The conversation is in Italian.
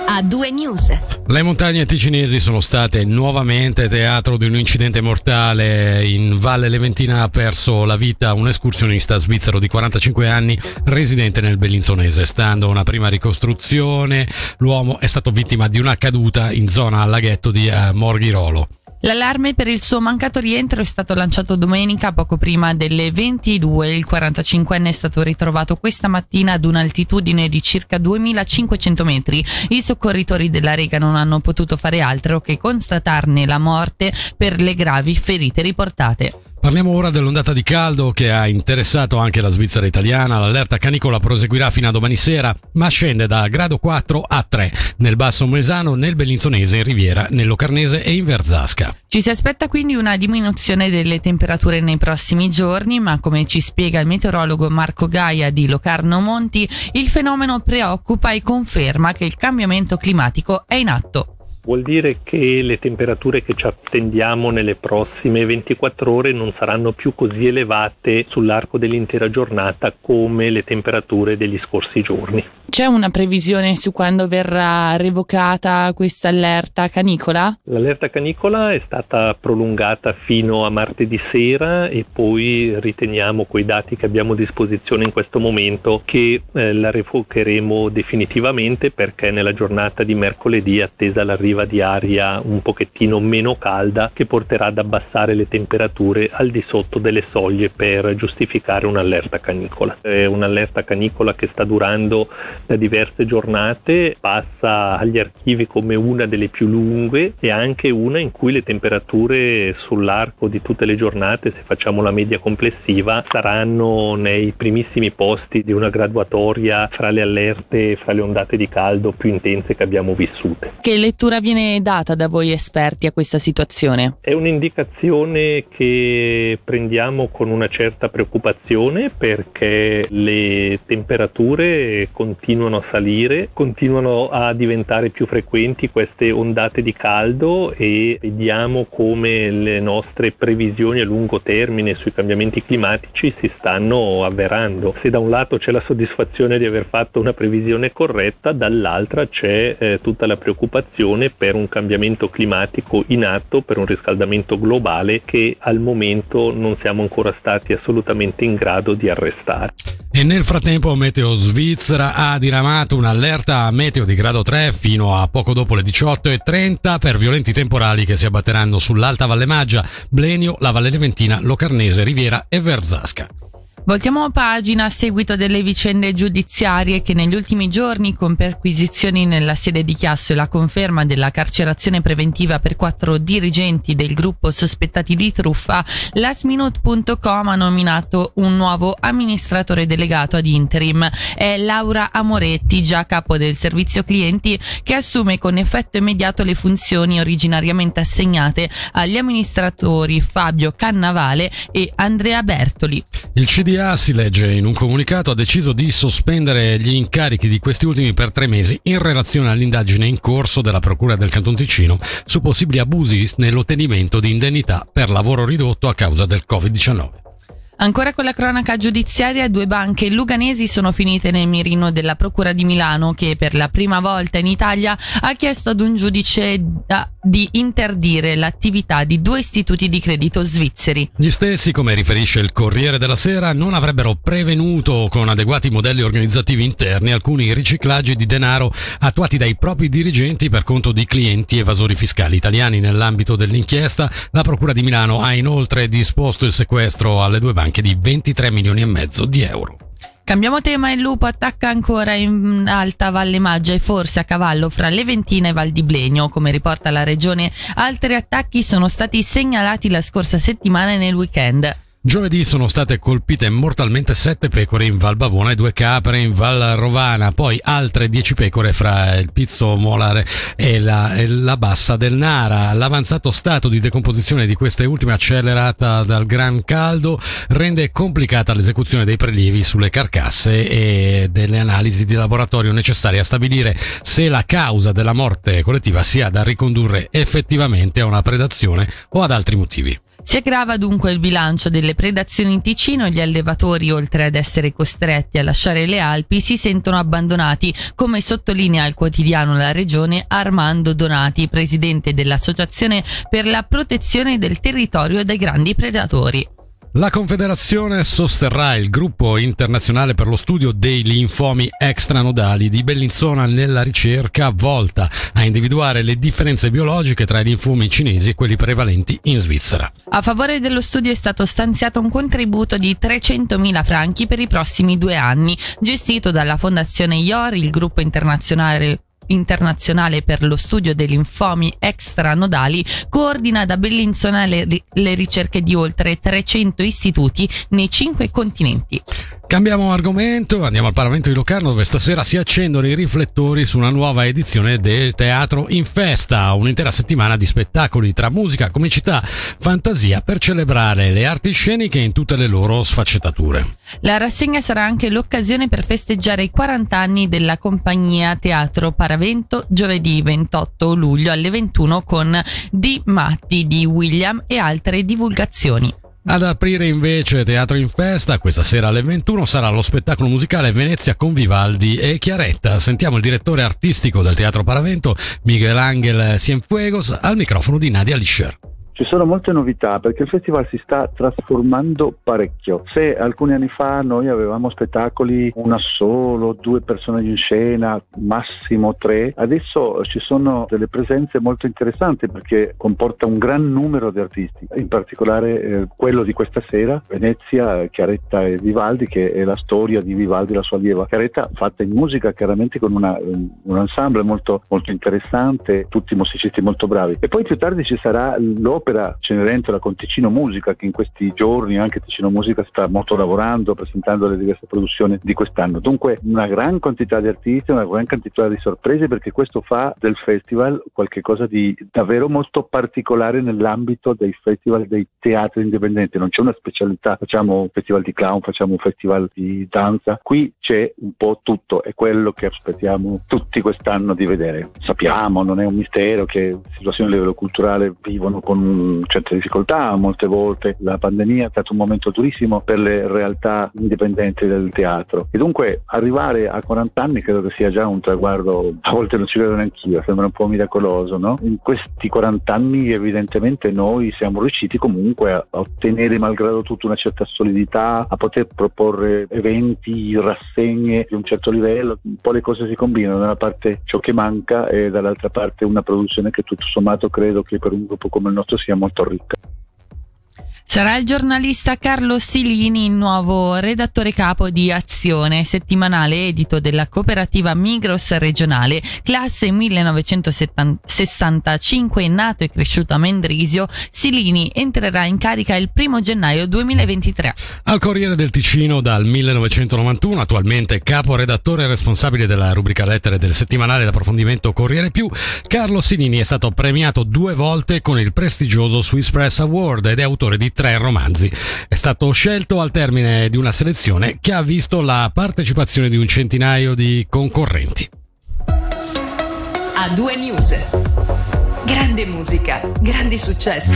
A2 News. Le montagne ticinesi sono state nuovamente teatro di un incidente mortale. In Valle Leventina ha perso la vita un escursionista svizzero di 45 anni residente nel Bellinzonese. Stando a una prima ricostruzione, l'uomo è stato vittima di una caduta in zona al laghetto di Morghirolo. L'allarme per il suo mancato rientro è stato lanciato domenica poco prima delle 22. Il 45enne è stato ritrovato questa mattina ad un'altitudine di circa 2500 metri. I soccorritori della Rega non hanno potuto fare altro che constatarne la morte per le gravi ferite riportate. Parliamo ora dell'ondata di caldo che ha interessato anche la Svizzera italiana. L'allerta canicola proseguirà fino a domani sera, ma scende da grado 4 a 3 nel Basso Moesano, nel Bellinzonese, in Riviera, nel Locarnese e in Verzasca. Ci si aspetta quindi una diminuzione delle temperature nei prossimi giorni, ma come ci spiega il meteorologo Marco Gaia di Locarno Monti, il fenomeno preoccupa e conferma che il cambiamento climatico è in atto. Vuol dire che le temperature che ci attendiamo nelle prossime 24 ore non saranno più così elevate sull'arco dell'intera giornata come le temperature degli scorsi giorni. C'è una previsione su quando verrà revocata questa allerta canicola? L'allerta canicola è stata prolungata fino a martedì sera e poi riteniamo, coi dati che abbiamo a disposizione in questo momento, che la revocheremo definitivamente, perché nella giornata di mercoledì è attesa l'arrivo di aria un pochettino meno calda che porterà ad abbassare le temperature al di sotto delle soglie per giustificare un'allerta canicola. È un'allerta canicola che sta durando da diverse giornate, passa agli archivi come una delle più lunghe e anche una in cui le temperature sull'arco di tutte le giornate, se facciamo la media complessiva, saranno nei primissimi posti di una graduatoria fra le allerte, fra le ondate di caldo più intense che abbiamo vissute. Che lettura viene data da voi esperti a questa situazione? È un'indicazione che prendiamo con una certa preoccupazione, perché le temperature continuano a salire, continuano a diventare più frequenti queste ondate di caldo e vediamo come le nostre previsioni a lungo termine sui cambiamenti climatici si stanno avverando. Se da un lato c'è la soddisfazione di aver fatto una previsione corretta, dall'altra c'è tutta la preoccupazione per un cambiamento climatico in atto, per un riscaldamento globale che al momento non siamo ancora stati assolutamente in grado di arrestare. E nel frattempo Meteo Svizzera ha diramato un'allerta meteo di grado 3 fino a poco dopo le 18:30 per violenti temporali che si abbatteranno sull'Alta Valle Maggia, Blenio, la Valle Leventina, Locarnese, Riviera e Verzasca. Voltiamo pagina a seguito delle vicende giudiziarie che negli ultimi giorni, con perquisizioni nella sede di Chiasso e la conferma della carcerazione preventiva per 4 dirigenti del gruppo sospettati di truffa, lastminute.com ha nominato un nuovo amministratore delegato ad interim. È Laura Amoretti, già capo del servizio clienti, che assume con effetto immediato le funzioni originariamente assegnate agli amministratori Fabio Cannavale e Andrea Bertoli. Il CDA, si legge in un comunicato, ha deciso di sospendere gli incarichi di questi ultimi per 3 mesi in relazione all'indagine in corso della Procura del Canton Ticino su possibili abusi nell'ottenimento di indennità per lavoro ridotto a causa del Covid-19. Ancora con la cronaca giudiziaria, 2 banche luganesi sono finite nel mirino della Procura di Milano, che per la prima volta in Italia ha chiesto ad un giudice di interdire l'attività di 2 istituti di credito svizzeri. Gli stessi, come riferisce il Corriere della Sera, non avrebbero prevenuto con adeguati modelli organizzativi interni alcuni riciclaggi di denaro attuati dai propri dirigenti per conto di clienti evasori fiscali italiani. Nell'ambito dell'inchiesta, la Procura di Milano ha inoltre disposto il sequestro alle 2 banche di 23 milioni e mezzo di euro. Cambiamo tema. Il lupo attacca ancora in Alta Valle Maggia e forse a cavallo fra Leventina e Val di Blenio. Come riporta la regione, altri attacchi sono stati segnalati la scorsa settimana e nel weekend. Giovedì sono state colpite mortalmente 7 pecore in Val Bavona e 2 capre in Val Rovana, poi altre 10 pecore fra il Pizzo Molare e la Bassa del Nara. L'avanzato stato di decomposizione di queste ultime, accelerata dal gran caldo, rende complicata l'esecuzione dei prelievi sulle carcasse e delle analisi di laboratorio necessarie a stabilire se la causa della morte collettiva sia da ricondurre effettivamente a una predazione o ad altri motivi. Si aggrava dunque il bilancio delle predazioni in Ticino e gli allevatori, oltre ad essere costretti a lasciare le Alpi, si sentono abbandonati, come sottolinea il quotidiano La Regione Armando Donati, presidente dell'Associazione per la protezione del territorio dai grandi predatori. La Confederazione sosterrà il gruppo internazionale per lo studio dei linfomi extranodali di Bellinzona nella ricerca volta a individuare le differenze biologiche tra i linfomi cinesi e quelli prevalenti in Svizzera. A favore dello studio è stato stanziato un contributo di 300.000 franchi per i prossimi 2 anni, gestito dalla Fondazione IOR, il gruppo internazionale per lo studio dei linfomi extranodali, coordina da Bellinzona le ricerche di oltre 300 istituti nei 5 continenti. Cambiamo argomento, andiamo al Parlamento di Locarno, dove stasera si accendono i riflettori su una nuova edizione del Teatro in Festa, un'intera settimana di spettacoli tra musica, comicità, fantasia per celebrare le arti sceniche in tutte le loro sfaccettature. La rassegna sarà anche l'occasione per festeggiare i 40 anni della compagnia Teatro Paravento, giovedì 28 luglio alle 21 con Di Matti di William e altre divulgazioni. Ad aprire invece Teatro in Festa questa sera alle 21 sarà lo spettacolo musicale Venezia con Vivaldi e Chiaretta. Sentiamo il direttore artistico del Teatro Paravento, Miguel Ángel Cienfuegos, al microfono di Nadia Lischer. Ci sono molte novità perché il festival si sta trasformando parecchio. Se alcuni anni fa noi avevamo spettacoli una solo, 2 personaggi in scena, massimo 3, adesso ci sono delle presenze molto interessanti perché comporta un gran numero di artisti, in particolare quello di questa sera, Venezia, Chiaretta e Vivaldi, che è la storia di Vivaldi, la sua allieva. Chiaretta fatta in musica, chiaramente con un ensemble molto, molto interessante, tutti musicisti molto bravi. E poi più tardi ci sarà l'opera Cenerentola con Ticino Musica, che in questi giorni anche Ticino Musica sta molto lavorando, presentando le diverse produzioni di quest'anno. Dunque una gran quantità di artisti, una gran quantità di sorprese, perché questo fa del festival qualcosa di davvero molto particolare nell'ambito dei festival dei teatri indipendenti. Non c'è una specialità, facciamo un festival di clown, facciamo un festival di danza, qui c'è un po' tutto, è quello che aspettiamo tutti quest'anno di vedere. Sappiamo, non è un mistero, che situazioni a livello culturale vivono con certe difficoltà, molte volte la pandemia è stato un momento durissimo per le realtà indipendenti del teatro e dunque arrivare a 40 anni credo che sia già un traguardo, a volte non ci credo neanch'io, sembra un po' miracoloso, no? In questi 40 anni evidentemente noi siamo riusciti comunque a ottenere malgrado tutto una certa solidità, a poter proporre eventi, rassegne di un certo livello, un po' le cose si combinano, da una parte ciò che manca e dall'altra parte una produzione che tutto sommato credo che per un gruppo come il nostro sia molto ricca. Sarà il giornalista Carlo Silini il nuovo redattore capo di Azione, settimanale edito della cooperativa Migros regionale, classe 1965, nato e cresciuto a Mendrisio. Silini entrerà in carica il 1 gennaio 2023. Al Corriere del Ticino dal 1991, attualmente caporedattore e responsabile della rubrica lettere del settimanale d'approfondimento Corriere Più, Carlo Silini è stato premiato 2 volte con il prestigioso Swiss Press Award ed è autore di 3 romanzi. È stato scelto al termine di una selezione che ha visto la partecipazione di un centinaio di concorrenti. A2 News. Grande musica, grandi successi.